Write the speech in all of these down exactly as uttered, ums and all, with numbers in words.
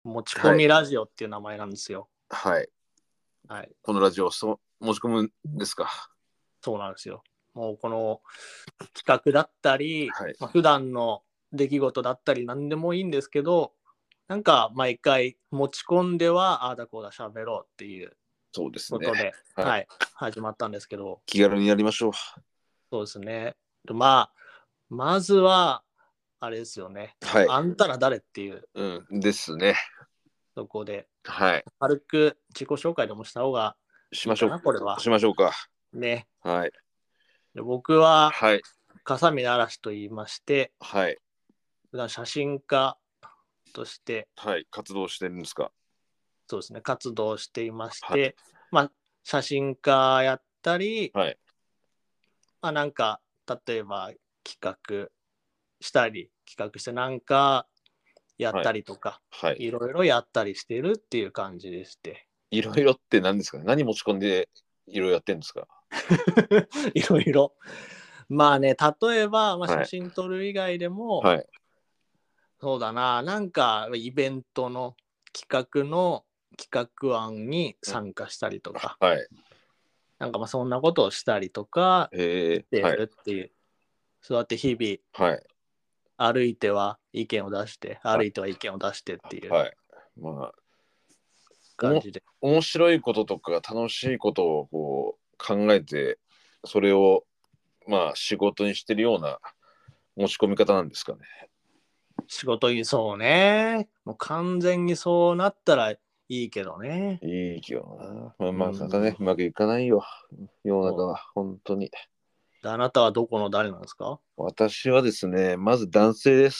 持ち込みラジオっていう名前なんですよ。 はい。 はい。 このラジオをそ持ち込むんですか。 そうなんですよ。もうこの企画だったり、 はい。 まあ、普段の出来事だったり何でもいいんですけど、なんか毎回持ち込んではああだこうだ喋ろうっていうそうですね。 ことで、 はいはい、始まったんですけど、 気軽にやりましょう。 そうですね。でまあ、まずは、あれですよね。 はい。 あんたら誰っていううんですね。 とこで、 はい。 軽く自己紹介でもした方がいいかな、 しましょう。 これは。 しましょうか。 ね。 はい。 で僕は、 はい。 笠見嵐と言いまして、 はい。 普段写真家として、 はい。活動してるんですか。 そうですね、活動していましはい。 て、まあ、写真家やったり、 はい。 まあ、なんか、例えば企画したり、企画してなんかやったりとか、 はい。 いろいろやったりしてるっていう感じでして。 いろいろって何ですかね。何持ち込んでいろいろやってるんですか。 いろいろ。まあね、例えば、まあ、写はい。 真撮る以外でも、 はい。 そうだな、なんかイベントの企画の企画案に参加したりとか、 はい。 なんかまあそんなことをしたりとかしてえー、はい。 るっていう、そうやって日はい。 々歩いては意見を出して、 はい。 歩いては意見を出してっていうはい。まあ、おも感じで。 面白いこととか楽しいことをこう考えて、それをまあ仕事にしてるような持ち込み方なんですかね。 仕事にそうね、もう完全にそうなったらいいけどね。 いいけどな。まあ、まあ、 うんなかなかね、うまくいかないよ。世の中そは、本当に。 う。あなたはどこの誰なんですか？ 私はですね、まず男性です。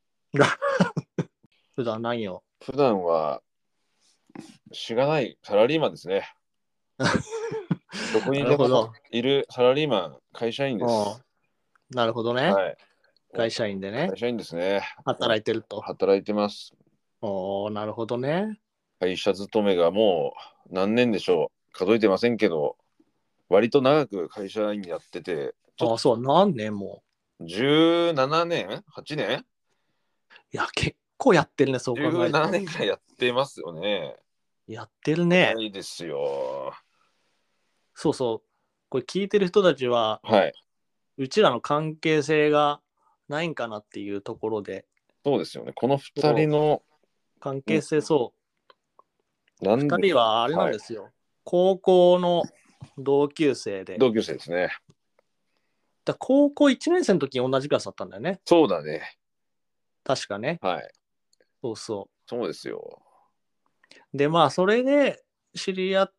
普段何を普段は、しがないサラリーマンですね。どこなにでもるほど。 いるサラリーマン、会社員でうん、 す。 なるほどね。 はい。 会社員でね、 会社員ですね。 働いてると。 働いてます。 おー、なるほどね。 会社勤めがもう何年でしょう。数えてませんけど、割と長く会社員やってて、ちょっあ、そう、何年も。 とじゅうななねん ?はち 年いや、結構やってるね、そう考える ?じゅうななと。 年ぐらいやってますよね。 やってるね。 長いですよ。 そうそう。これ聞いてる人たちは、 はい。 うちらの関係性がないんかなっていうところで、 そうですよね。この二そう人の、 関係性、そう、二なんで、 人はあれなんはい。 ですよ。高校の同級生で、 同級生ですね。 だ高校いちねん生の時に同じクラスだったんだよね。 そうだね。 確かね。 はい。 そうそそうですよ。 う。で、まあ、それで知り合って、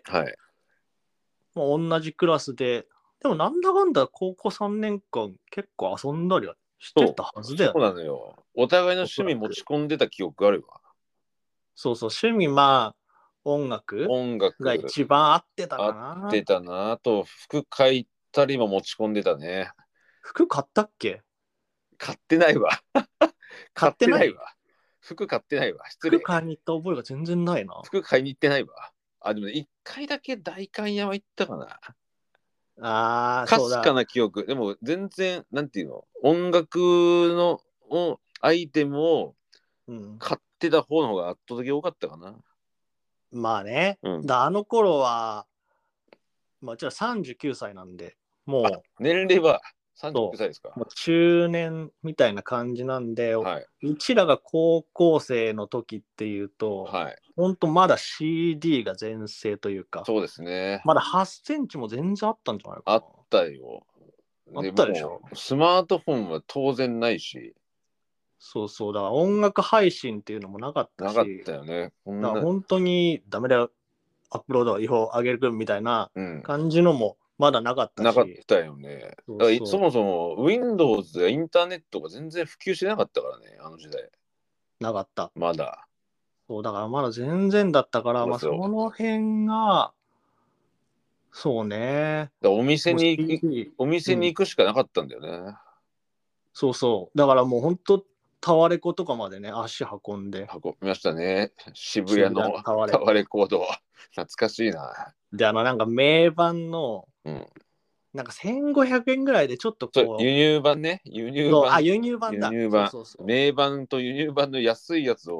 はい。 もう同じクラスで、でもなんだかんだ高校さんねんかん結構遊んだりはしてそう。 たはずだそうよね。 なのよ。お互いのおそらく。 趣味持ち込んでた記憶あるわ。 そうそう、趣味、まあ、音楽音が楽一番合ってた合っかな。 てたな。あと、服買いたりも持ち込んでたね。 服買ったっけ？ 買ってないわ。買っ買ってない？ てないわ。服買ってないわ。失礼。 服買いに行った覚えが全然ないな。 服買いに行ってないわ。あ、でもね、一回だけ代官山行ったかな。 ああ、 かすかそうだ。 な記憶。でも全然、なんていうの、音楽のをアイテムをうん。 買ってた方の方が圧倒的多かったかな。 まあね。 うん。 だあの頃は、まあ、うちらさんじゅうきゅうさいなんで、も年齢はう、そさんじゅうきゅうさいですか。 う、もう中年みたいな感じなんで、 はい。 うちらが高校生の時っていうと、 はい。 ほんとまだ シーディー が全盛というか、 そうですね。 まだはちセンチも全然あったんじゃないかな。 あったよ。 あっでもたでしょ。 う、スマートフォンは当然ないし、 そうそう、だから音楽配信っていうのもなかったなかっし、 たよね。こんな、 だから本当にダメだよ、アップロードは違法上げるみたいなうん。 感じのもまだなかったなかっし、 たよね。 そうだからそそもそも Windows やインターネットが全然普及してなかったからね、あの時代。 う、なかった。 まだ。 そう、だからまだ全然だったから、まあそそうそう。 の辺が、そうね、 だからお店もうに行く、 シーディー、 おうん、 店に行くしかなかったんだよね。 そうそう。だからもう本当、タワレコとかまでね、足運んで、 運びましたね。渋渋谷の谷のタワレコ。 タワレコード。懐かしいな。 で、あのなんか名盤の、 うん。 なんかせんごひゃくえんぐらいでちょっとそう、 こ輸入版ね。輸う、そう、あ、 入版。 輸入版輸だ。 入版。 そうそうそう。 名版と輸入版の安いやつを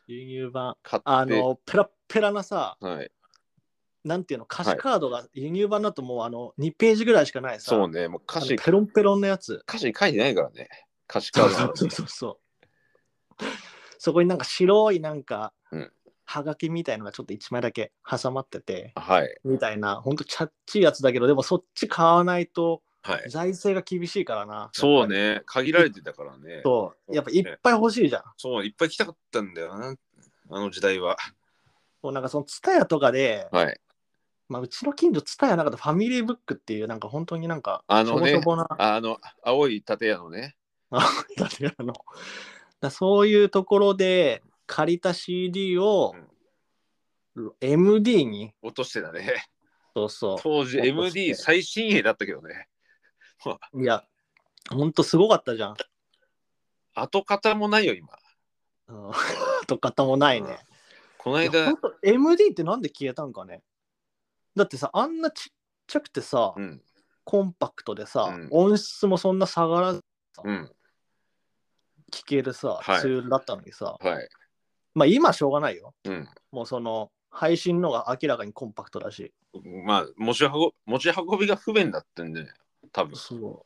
輸入版。 買って、 あの、ペラッペラなさ、 はい、 なんていうの、歌詞カードが輸入版だともうあのにページぐらいしかないさ、 そうね、もう歌詞、 あのペロンペロンのやつ。 歌詞書いてないからね、歌詞カードなのに。 そうそうそう。そこになんか白いなんか、 うんはがきみたいのがちょっといちまいだけ挟まってて、 はい、 みたいな、ほんとチャッチーやつだけど、でもそっち買わないとはい。 財政が厳しいからな。 そうやっぱり。 ね、限られてたからね。 そう。やっぱいっぱい欲しいじゃん。 そう、いっぱい来たかったんだよな、あの時代は。 もうなんかそのツタヤとかで、 はい。 まあ、うちの近所ツタヤなかったファミリーブックっていうなんか本当になんかしょあのね、 ぼしょぼな、 あの、青い建屋のね。 あのだそういうところで借りた シーディー を エムディー に、 落としてたね。 そうそう。 当時 エムディー 最新鋭だったけどね。 いや、ほんとすごかったじゃん。 跡形もないよ、今。 うん、と方もないね。 この間、 ほんと エムディー ってなんで消えたんかね。だってさ、あんなちっちゃくてさ、 うん、 コンパクトでさ、 うん音質もそんな下がらずさ、 うん、 聞けるさ、 はいツールだったのにさ、 はい、 まあ今はしょうがないよ。 うん。 もうその配信のが明らかにコンパクトだし。 まあ、持ち運持ち運びが不便だったんで、ね、多分。 そう。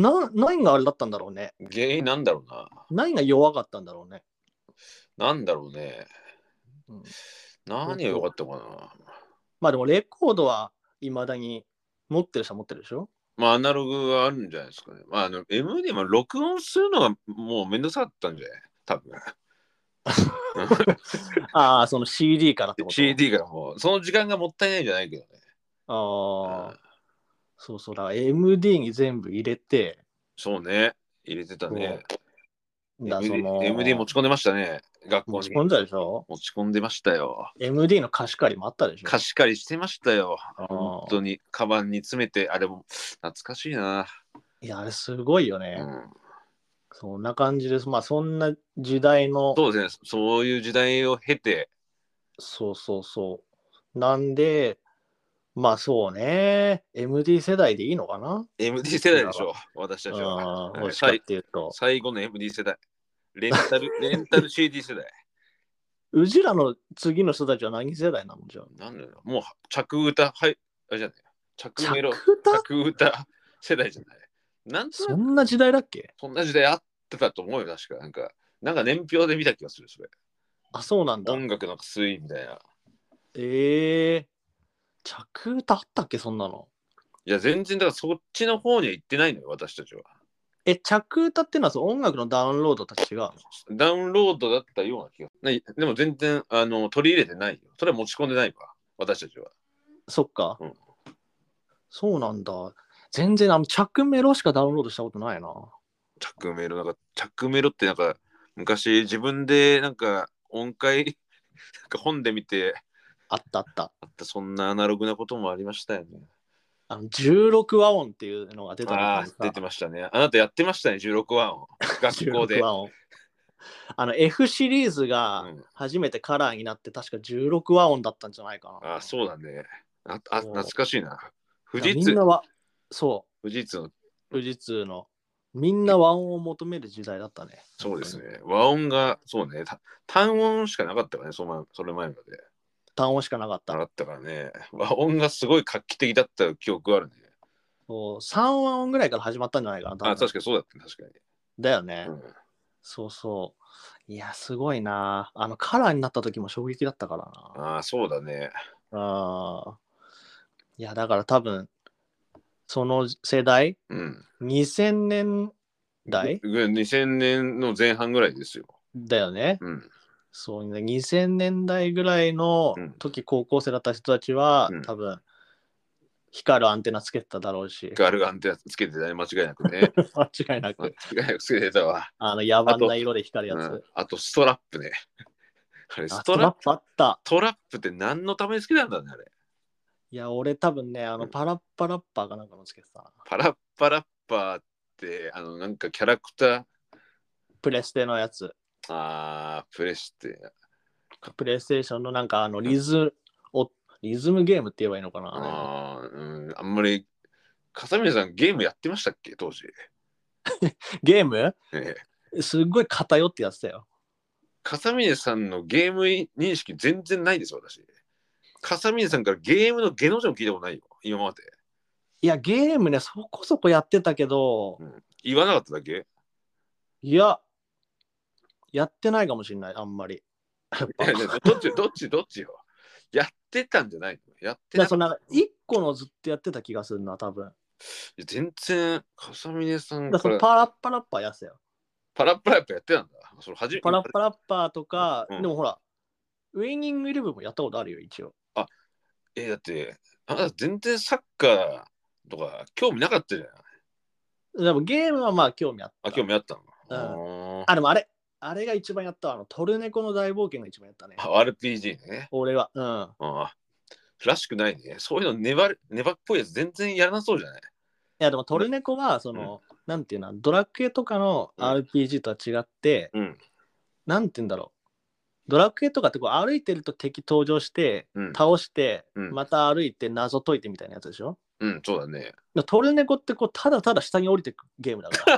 な、何があれだったんだろうね。 原因なんだろうな。 何が弱かったんだろうね。 なんだろうね。 うん、 何が良かったかな。 まあでもレコードはいまだに持ってる人は持ってるでしょ。 まあ、アナログがあるんじゃないですかね。まあ、あの エムディー も録音するのがもうめんどくさかったんじゃない多分。 ああ、その シーディー からってこと。 シーディー がもう、その時間がもったいないんじゃないけどね。 ああ、 うん、 そうそうだ。エムディー に全部入れて、 そうね。入れてたね。 だそエムディー, のエムディー 持ち込んでましたね。学校に。 持ち込んだでしょ。 持ち込んでましたよ。 エムディー の貸し借りもあったでしょ。 貸し借りしてましたよ。 あー本当に。カバンに詰めて、あれも懐かしいな。 いや、あれすごいよね。 うん、 そんな感じです。まあそんな時代の、 そうですね。そういう時代を経て、 そうそうそう。なんで、まあそうね。エムディー 世代でいいのかな。 エムディー 世代でしょ。私たちは。 ああ、 はいどっちかっていうと。 最後の エムディー 世代。レンタル、レンタル シーディー 世代。 うちらの次の人たちは何世代なのじゃあ。 なんだよ。もう着歌、はい、あれじゃない。着メロ、 着歌着歌世代じゃない。なんとなくそんな時代だっけ。 そんな時代あってたと思うよ、確か。なんか、なんか年表で見た気がする、それ。 あ、そうなんだ。 音楽の推移みたいな。 ええー、着歌あったっけそんなの。 いや、全然、だからそっちの方には行ってないのよ、私たちは。 え、着歌ってのはその音楽のダウンロードと違うの。 ダウンロードだったような気が。ね、でも全然あの取り入れてないよ。それは持ち込んでないわ、私たちは。 そっか、 うん、 そうなんだ。全然あの着メロしかダウンロードしたことないな。 着メロ、なんか、着メロってなんか、昔自分でなんか音階、なんか本で見て、 あったあった。 あった、そんなアナログなこともありましたよね。 あのじゅうろく和音っていうのが出た時ああ、 にさ、 出てましたね。あなたやってましたね、じゅうろくわ音。学校じゅうろくで。 和音。あの F シリーズがうん、 初めてカラーになって確かじゅうろく和音だったんじゃないかな。 ああ、そうだね。あ、あそう懐かしいな。富いや士通、 みんなは、そ富士通の、 う、富士通のみんな和音を求める時代だったね。 そうですね。和音が、そうね、た単音しかなかったからね、その前それ前まで。 単音しかなかった。 なかったからね。和音がすごい画期的だった記憶があるね。 そうさん和音ぐらいから始まったんじゃないかな。多分あ、確かにそうだったね、確かに。 だよね、 うん、 そうそう。いや、すごいな。あのカラーになった時も衝撃だったからな。 ああ、そうだね。 あいや、だから多分、その世代、 うん。 にせんねんだいにせんねんの前半ぐらいですよ。 だよね。 うん。 そうね、にせんねんだいぐらいの時、高校生だった人たちは、 うん、 多分、光るアンテナつけてただろうし。 ガルガンってつけてたね、間違いなくね。 間違いなく。 間違いなくつけてたわ。 あの、野蛮な色で光るやつ。 うん、あと、ストラップね。あれ、 あストラップ、 ストラップあった。 トラップって何のためにつけたんだね、あれ。 いや、俺多分ね、あの、パラッパラッパーかなんかのつけてたな。 パラッパラッパーって、あの、なんかキャラクター、 プレステのやつ。 あー、プレステ。 プレイステーションのなんかあのリズ、おリズムゲームって言えばいいのかな。 あー、うん、あんまり、笠宮さんゲームやってましたっけ、当時。 ゲームえすっごい偏ってやってたよ。 笠峰さんのゲーム認識全然ないですよ、私。笠峰さんからゲームのゲの字も聞いたことないよ、今まで。 いや、ゲームね、そこそこやってたけど、 うん、言わなかっただけ。 いや、やってないかもしれない、あんまり。 いやいやどっちどっちどっちよ。やってたんじゃないの？やってなかった。 だからそのなんか一個のずっとやってた気がするな、多分。 いや全然、笠峰さんだからそのからパラッパラッパーやつだよ。 パラッパラッパやってたんだ。それ初めパラッパラッパーとか、 うんでもほら、ウィニングイレブンもやったことあるよ、一応。 あ、えーだって、あなた全然サッカーとか興味なかったじゃん。 でもゲームはまあ興味あった。 あ、興味あったの。 うん、あ、でもあれ、あれが一番やったわ。あのトルネコの大冒険が一番やったね。 アールピージー ね。 俺は。うん。 ああ、らしくないね。そういうの粘る、粘っぽいやつ全然やらなそうじゃない？ いやでもトルネコは、その、うん、なんていうの、ドラクエとかの アールピージー とは違って、うん、なんていうんだろう。ドラクエとかってこう歩いてると敵登場して、うん、倒して、うん、また歩いて謎解いてみたいなやつでしょ？ うん、そうだね。 トルネコってこうただただ下に降りてくゲームだから。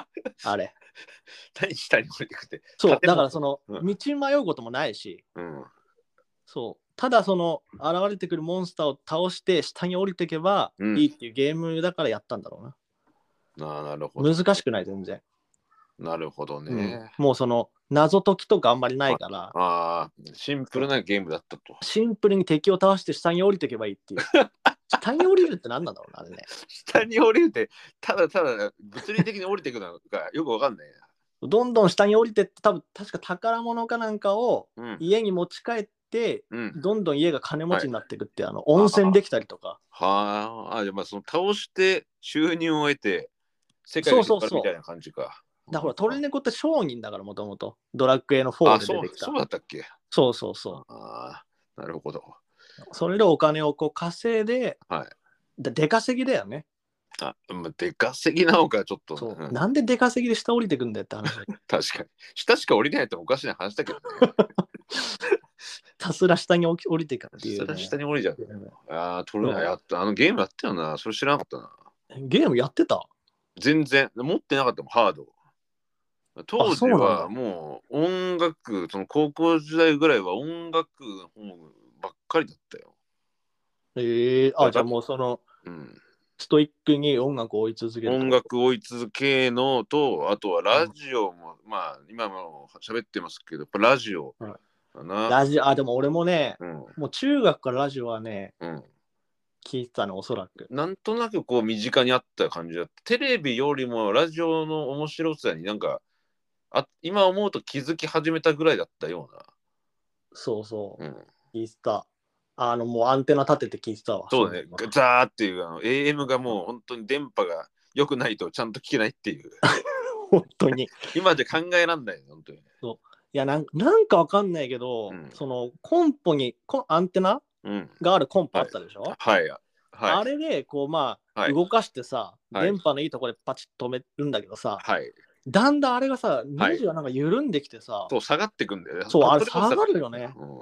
あれ。 何下に降りてくって。 そう、だからその、うん、道迷うこともないし、うん、そう。ただその現れてくるモンスターを倒して下に降りていけばいいっていうゲームだからやったんだろうな。 うん、あ、なるほど。 難しくない全然。 なるほどね、 うん。もうその謎解きとかあんまりないから。 ああ、シンプルなゲームだったと。 シンプルに敵を倒して下に降りていけばいいっていう。下に降りるって何なんだろうな、あれね。 下に降りるって、ただただ物理的に降りていくのかよくわかんないな。どんどん下に降りてって、多分確か宝物かなんかを家に持ち帰って、うん、どんどん家が金持ちになっていくって、はい、あの温泉できたりとか。 はあ、あ、じゃあまあその倒して収入を得て世界に引っ張るみたいな感じか。そうそうそう、 だからトルネコって商人だから、もともとドラクエのフォーで出てきた。 あ、そう、そうだったっけ？ そうそうそう。 ああ、なるほど。 それでお金をこう稼いで、はい、で出稼ぎだよね。 あ、まあ、出稼ぎなのかちょっと。 そう、うん、なんで出稼ぎで下降りてくんだよって話。 確かに。下しか降りないっておかしな話だけどね。 ひたすら下に降りていくっていう、 ね。ひたすら下に降りちゃう。ああ、トルネコやった。あのゲームやったよな。それ知らなかったな。 ゲームやってた？ 全然。持ってなかったもん、ハード。当時はもう音楽、その高校時代ぐらいは音楽の方ばっかりだったよ。 ええー、あ、じゃあもうその、うん、ストイックに音楽を追い続ける。 音楽を追い続けのと、あとはラジオも、うん、まあ今も喋ってますけど、ラジオかな。ラジオ、あ、でも俺もね、うん、もう中学からラジオはね、うん、聞いてたの、おそらく。 なんとなくこう身近にあった感じだった。テレビよりもラジオの面白さになんか、あ、今思うと気づき始めたぐらいだったような。 そうそう。うん、聞いてた。あの、もうアンテナ立てて聞いてたわ。 そうね。ザーっていうあの エーエム がもう本当に電波が良くないとちゃんと聞けないっていう。 本当に。 今じゃ考えらんないよ、本当に。 そう。いやなん、なんかわかんないけど、うん、そのコンポにコアンテナ、うん、があるコンポあったでしょ？ はい。はいはい、 あれで、こう、まあ、はい、動かしてさ、電波のいいところでパチッと止めるんだけどさ、はい、だんだんあれがさ、ネジがなんか緩んできてさ、はい、 そう、下がってくんだよね。 そう、あれ下がるよね。うん、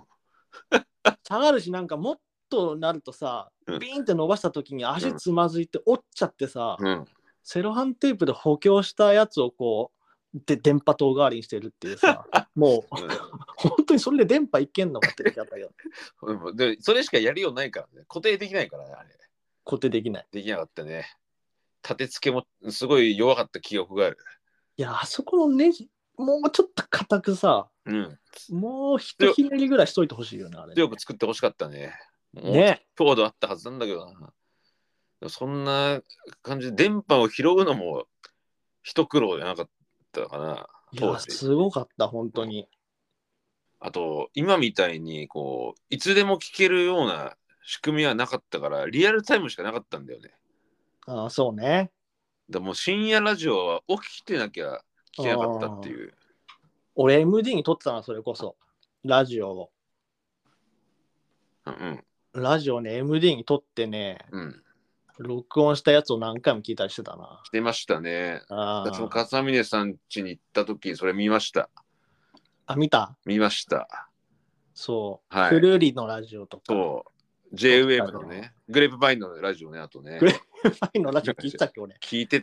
下がるし、なんかもっとなるとさ、うん、ビーンって伸ばした時に足つまずいて折っちゃってさ、うん、セロハンテープで補強したやつをこう、で電波塔代わりにしてるっていうさ、もう、うん、本当にそれで電波いけんのかって言ったけどでそれしかやりようないからね。固定できないからね、あれ。 固定できない。 できなかったね。立て付けもすごい弱かった記憶がある。 いや、あそこのネジ、もうちょっと硬くさ、うん、もうひとひねりぐらいしといてほしいよね、あれ、ね。 強く作ってほしかったね。 ね。 強度あったはずなんだけどな。そんな感じで電波を拾うのも一苦労じゃなかったかな。 いや、すごかった、本当に。 あと、今みたいに、こう、いつでも聞けるような仕組みはなかったから、リアルタイムしかなかったんだよね。 ああ、そうね。 だもう深夜ラジオは起きてなきゃ聞けなかったっていう。 俺 エムディー に撮ってたな、それこそ。ラジオを。うん。ラジオね、エムディー に撮ってね、うん、録音したやつを何回も聞いたりしてたな。 してましたね。あその笠峰さん家に行った時それ見ました。 あ、見た？ 見ました。 そう。はい、くるりのラジオとか。 そう。ジェイウェーブ のね、グレープバインのラジオね、あとね。 グレープバインのラジオ聞いてたっけ、俺。 聞いてたよ。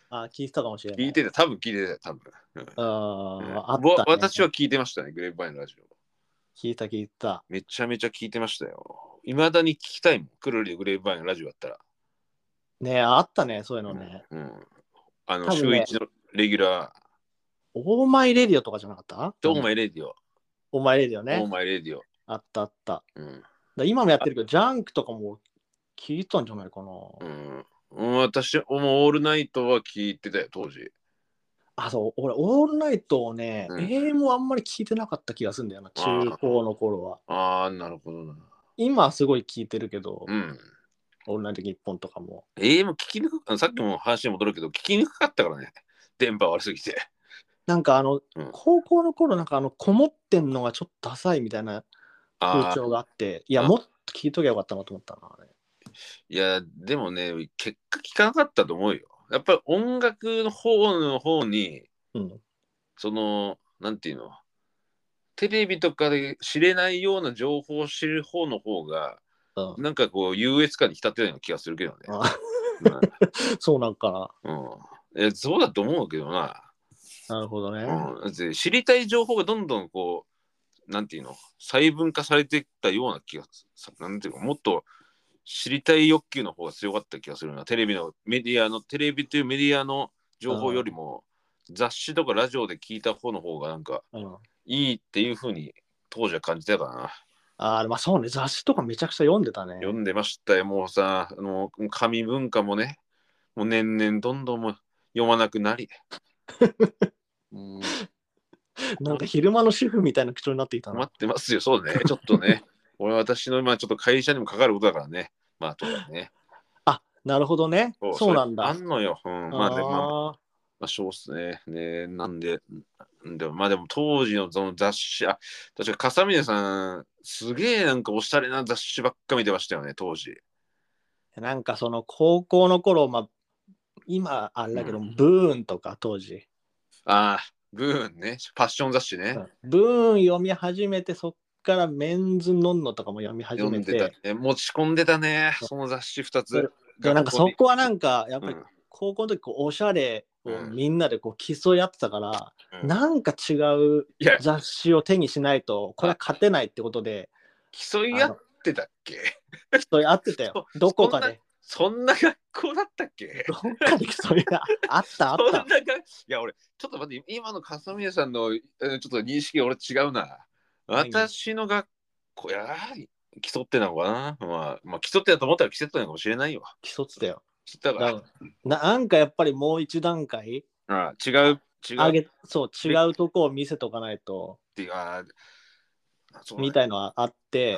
あ、聞いてたかもしれない。 聞いてた、多分聞いてた、多分。うん、 あ、 うん、 あったね。 私は聞いてましたね、グレープバインのラジオ。 聞いた聞いた。 めちゃめちゃ聞いてましたよ。いまだに聞きたいもん、クルリグレープバインのラジオだったら。 ねえ、あったね、そういうのね。 うん。うん、あの、 ね、 週一のレギュラー。 オーマイレディオとかじゃなかった？ オーマイレディオ。 オーマイレディオね。 オーマイレディオ。 あったあった。 うん、 だ今もやってるけど、ジャンクとかも聞いたんじゃないかな。 うん。私もオールナイトは聞いてたよ、当時。 あ、そう、俺、オールナイトをね、 うん、 エーエム あんまり聞いてなかった気がするんだよな、中高の頃は。 ああ、なるほどな。 今はすごい聞いてるけど、 うん。 オールナイト日本とかも。 エーエム 聞きにくく、さっきも話に戻るけど、聞きにくかったからね。電波悪すぎて。 なんかあの、 うん、 高校の頃なんかあの、こもってんのがちょっとダサいみたいな風潮があって、いや、もっと聞いときゃよかったなと思ったな、あれ。 いや、でもね、結果聞かなかったと思うよ。やっぱり音楽の方の方に、 うん、 その、なんていうの、テレビとかで知れないような情報を知る方の方が、うん、なんかこう、優越感に浸ってたような気がするけどね。 うん、そうなんかな。うん。え、そうだと思うけどな。 なるほどね。 うん、知りたい情報がどんどんこう、なんていうの、細分化されていったような気がする。なんていうか、もっと知りたい欲求の方が強かった気がするな。テレビのメディアの、テレビというメディアの情報よりも、雑誌とかラジオで聞いた方の方がなんか、いいっていうふうに当時は感じたかな。 ああ、まあそうね、雑誌とかめちゃくちゃ読んでたね。 読んでましたよ。もうさ、あの紙文化もね、もう年々どんどんも読まなくなり。うん、 なんか昼間の主婦みたいな口調になっていたな。 待ってますよ、そうね、ちょっとね。俺私の今ちょっと会社にもかかることだからね。まあとかね。 あ、なるほどね。そう、そうなんだ。 あんのよ。うん、まあでも、まあ、まあ、そうっすね。ね、なんで、でもまあでも当時のその雑誌、あ、確か笠峰さん、すげえなんかおしゃれな雑誌ばっか見てましたよね、当時。 なんかその高校の頃、まあ、今あれだけど、うん、ブーンとか当時。 ああ、ブーンね。ファッション雑誌ね。 うん、ブーン読み始めて、そっからメンズノンノとかも読み始めて。 読んでたね。持ち込んでたね、その雑誌ふたつ。 で、なんかそこはなんか、やっぱり高校の時こうおしゃれをみんなでこう競い合ってたから、うん、なんか違う雑誌を手にしないと、これは勝てないってことで。 競い合ってたっけ？ 競い合ってたよ。どこかで。 そんな学校だったっけ？ どっかで競いがあったあった。 そんないや俺ちょっと待って、今の笠宮さんのちょっと認識が俺違うな。私の学校や競ってたのかな、まあ、まあ競ってたと思ったら競ってたのかもしれないよ。 競ってたよ。 競ったかな。なんかやっぱりもう一段階ああ違う違う上げそう違うとこを見せとかないとっていうかみたいのはあって。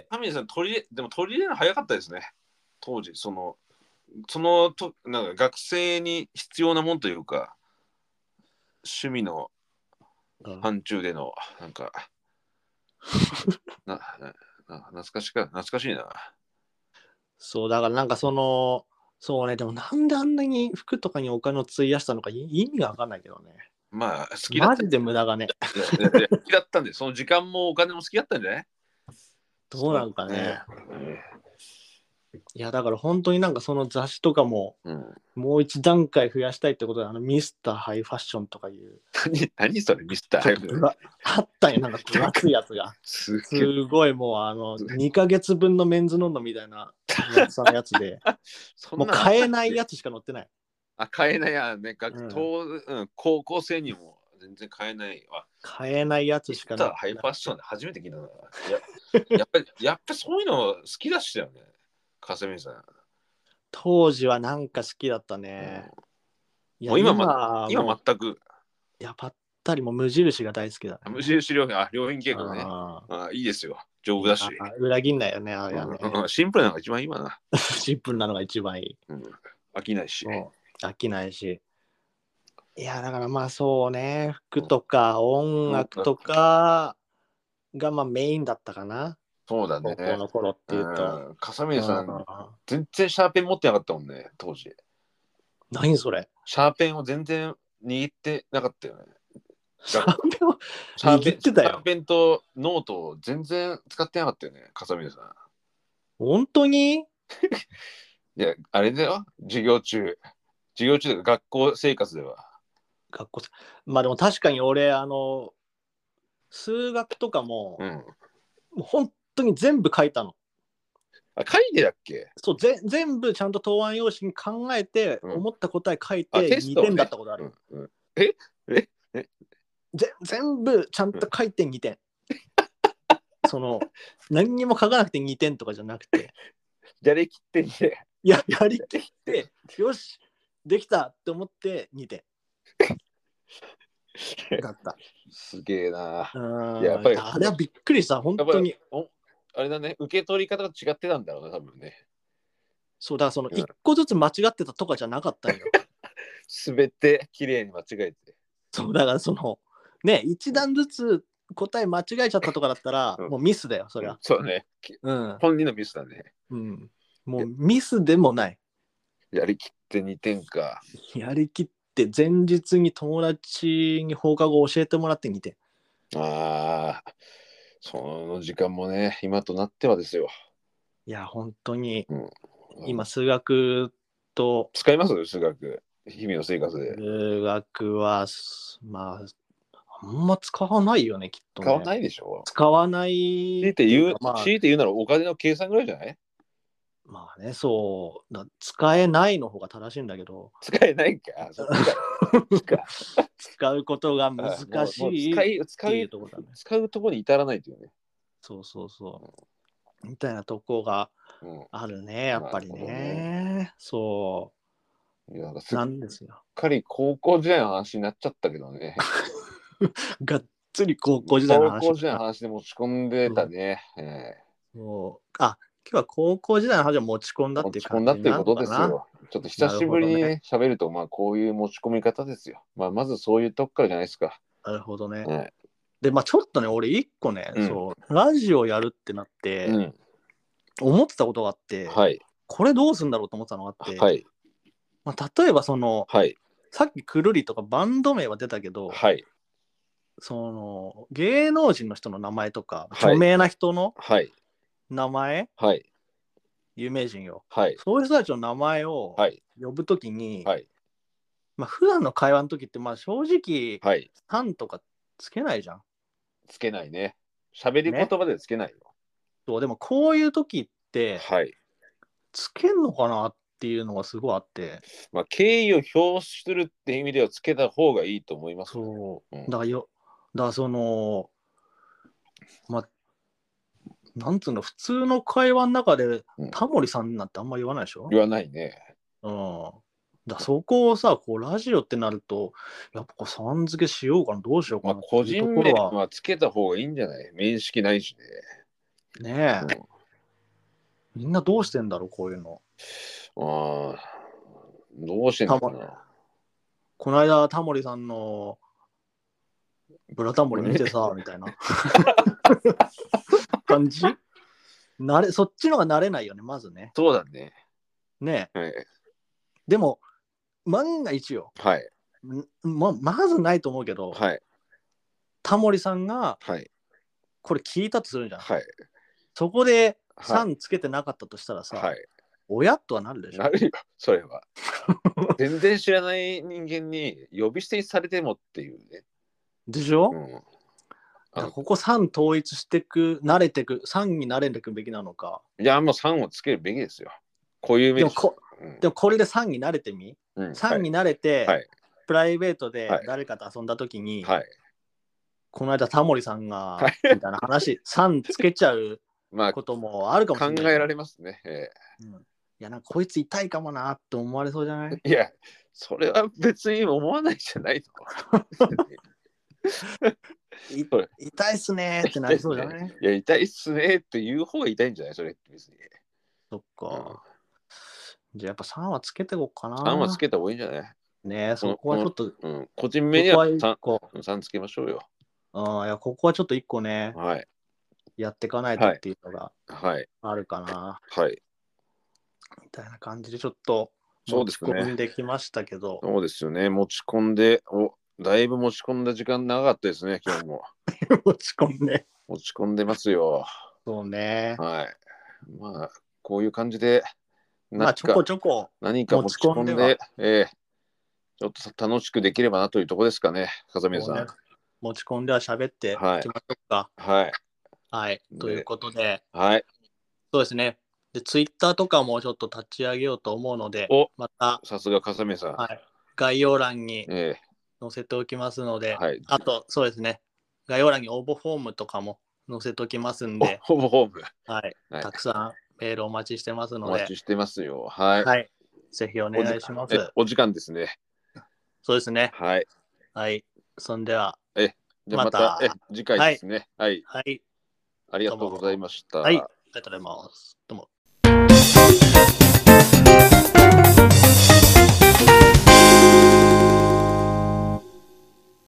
笠宮さん取りでも取り入れるの早かったですね当時。そのそのとなんか学生に必要なもんというか趣味の範疇でのなんか、うん、なな懐かしか懐かしいな。 そうだからなんかそのそうね、でもなんであんなに服とかにお金を費やしたのか意味が分かんないけどね。 まあ好きだった。 マジで無駄がね。 好きだったんで、その時間もお金も好きだったんじゃない？ どうなんかね。いやだから本当になんかその雑誌とかも、うん、もう一段階増やしたいってことで、あのミスターハイファッションとかいう。 何何それミスターハイファッション。 あったよ、なんか分厚いやつが。す, すごいもうあのにかげつぶんのメンズノンノみたいなやつでもう買えないやつしか載ってない。 あ、買えないやね、学校、うんうん、高校生にも全然買えないわ。 買えないやつしかない。ミスターハイファッションで初めて聞いたな。や, やっぱりやっぱそういうの好きだしたよね。笠宮さん。 当時はなんか好きだったね。 うん、もう今は今, 今全く。 いや、ぱったりも無印が大好きだ、ね。 無印良品、あ、良品計画ね。ああ、いいですよ。丈夫だし。 裏切んないよね、あれはね、 うん。シンプルなのが一番いいわな。 シンプルなのが一番いい。 うん、飽きないし。 飽きないし。いや、だからまあそうね、服とか音楽とかがまあメインだったかな。 そうだね。 高校の頃っていうと。 笠宮さん、全然シャーペン持ってなかったもんね、当時。 何それ？ シャーペンを全然握ってなかったよね。 シャーペンを握ってたよ。 シャーペンとノートを全然使ってなかったよね、笠宮さん。 本当に？ いや、あれだよ、授業中。 授業中とか学校生活では。 学校まあでも確かに俺、あの、数学とかも、 うん、 もう本当に全部書いたの。 あ、書いてだっけ？ そうぜ全部ちゃんと答案用紙に考えて、 うん、 思った答え書いあ、 てにてんだったことある。 うんうん、えええぜ全部ちゃんと書いてにてん。その何にも書かなくてにてんとかじゃなくて、 やりきってにてん。 いや、やりきってよしできたって思ってにてんだった。 すげえな。 うん、やっぱりあれはびっくりした、本当に。 あれだね、受け取り方が違ってたんだろうな、多分ね。 そうだから、そのいっこずつ間違ってたとかじゃなかったんよ。 すべてきれいに間違えて。 そうだから、そのね、一段ずつ答え間違えちゃったとかだったら、うん、もうミスだよ、そりゃ。うん、 そうね、うん。本人のミスだね。 うん。もうミスでもない。 やりきってにてんか。 やりきって前日に友達に放課後教えてもらってにてん。 ああ、その時間もね、今となってはですよ。 いや、本当に、 うん、 今、数学と。 使います数学、日々の生活で。 数学は、まあ、あんま使わないよね、きっと、ね。 使わないでしょ。 使わない。 強いて言う、まあ、強いて言うならお金の計算ぐらいじゃない？ まあね、そうだ、使えないの方が正しいんだけど。 使えないか。そっちか使うことが難しい使い使うところ、ね、使うところに至らないというね。 そうそうそう。うん、みたいなとこがあるね、やっぱりね。ね、そう。いや、なんですよ。 しっかり高校時代の話になっちゃったけどね。 がっつり高校時代の話。 高校時代の話で持ち込んでたね。うん、えー、もうあ、今日は高校時代の話を持ち込んだっていう感じなのかな。持ち込んだっていうことですよ。 ちょっと久しぶりにね、喋ると、まあこういう持ち込み方ですよ。まあまずそういうとこからじゃないですか。 なるほどね。 はい、 で、まあちょっとね、俺一個ね、うん、そうラジオやるってなって、うん、思ってたことがあって、はい、これどうするんだろうと思ってたのがあって、はい、まあ、例えばその、はい、さっきくるりとかバンド名は出たけど、はい、その芸能人の人の名前とか、はい、著名な人の名前、はい、有名人よ、はい、そういう人たちの名前を呼ぶときに、はい、まあ、普段の会話の時ってまあ正直、はい、さんとかつけないじゃん。 つけないね。喋り言葉でつけないよ。ね、 そうでもこういう時って、はい、つけんのかなっていうのがすごいあって。 まあ、敬意を表するって意味ではつけた方がいいと思います、 ね。そう。うん、だからよ、だからその、まあ、なんつうの、普通の会話の中で、うん、タモリさんなんてあんま言わないでしょ？ 言わないね。 うん。だそこをさ、こうラジオってなると、やっぱこうさん付けしようかな、どうしようかな、 まあ、個人名はつけた方がいいんじゃない？面識ないしね。ねえ、うん。みんなどうしてんだろう、こういうの。 ああ、どうしてんだろうな。 この間、タモリさんのブラタモリ見てさ、みたいな感じなれ、そっちのが慣れないよね、まずね。 そうだね。 ねえ。はい、でも、万が一よ。はい。ま, まずないと思うけど、はい、タモリさんが、はい、これ聞いたとするじゃん。はい、そこでさんつけてなかったとしたらさ、はい、親とはなるでしょ。 なるよ、それは。全然知らない人間に呼び捨てにされてもっていうね。 でしょ、うん、だからここさん統一していく、慣れていく、さんに慣れていくべきなのか。 いや、もうさんをつけるべきですよ。こういうでも こ,、うん、でもこれでさんに慣れてみ、うん、さんに慣れて、はい、プライベートで誰かと遊んだときに、はい、この間タモリさんが、はい、みたいな話、さんつけちゃうこともあるかもしれない。 考えられますね。えーうん、いや、なんかこいつ痛いかもなって思われそうじゃない？ いや、それは別に思わないじゃないの。痛いっすねーってなりそうじゃない？ いや、痛いっすねーって言う方が痛いんじゃない？それ別に。 そっか。うん、じゃあやっぱさんはつけてこっかな。 さんはつけた方がいいんじゃない？ ねえ、そこはちょっと。 うん、個人名には さん, さんつけましょうよ。 ああ、いや、ここはちょっといっこね、はい、やっていかないとっていうのがあるかな。はい。はい、みたいな感じでちょっと持ち込んできましたけど。 そうですよね。持ち込んで、お、だいぶ持ち込んだ時間長かったですね、今日も。 持ち込んで。 持ち込んでますよ。 そうね。 はい。まあ、こういう感じで、 まあ、ちょこちょこ何か持ち込んで、えー、 ちょっと楽しくできればなというところですかね、風宮さん。 ね、持ち込んでは喋っていきましょうか。 はい。 はい。ということで、 はい。 そうですね。で、ツイッターとかもちょっと立ち上げようと思うので、 おまた、 さすが風宮さん。 はい。概要欄にえ載せておきますので、 え、はい。 あと、そうですね。概要欄に応募フォームとかも載せておきますんで、 応募フォーム。 はい。はい、たくさんメールお待ちしてますので、 お待ちしてますよ。はい。 はい。ぜひお願いします。 お時間ですね。 そうですね。 はい。 はい。そんでは、 え、じゃあまた、またえ次回ですね。はい。はい。ありがとうございました。 はい。ありがとうございます。どうも。